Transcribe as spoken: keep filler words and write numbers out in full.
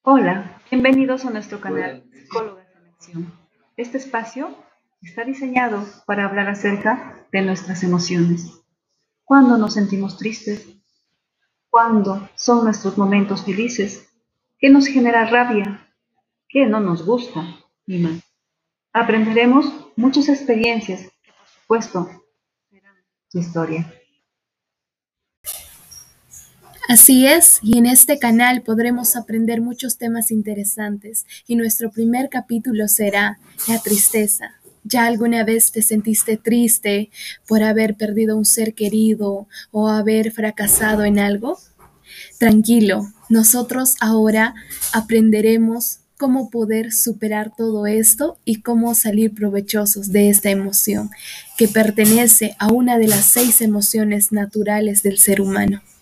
Hola, bienvenidos a nuestro canal Psicólogas en Acción. Este espacio está diseñado para hablar acerca de nuestras emociones. Cuando nos sentimos tristes, cuándo son nuestros momentos felices, qué nos genera rabia, qué no nos gusta y más. Aprenderemos muchas experiencias que, por supuesto, serán tu historia. Así es, y en este canal podremos aprender muchos temas interesantes, y nuestro primer capítulo será la tristeza. ¿Ya alguna vez te sentiste triste por haber perdido un ser querido o haber fracasado en algo? Tranquilo, nosotros ahora aprenderemos cómo poder superar todo esto y cómo salir provechosos de esta emoción, que pertenece a una de las seis emociones naturales del ser humano.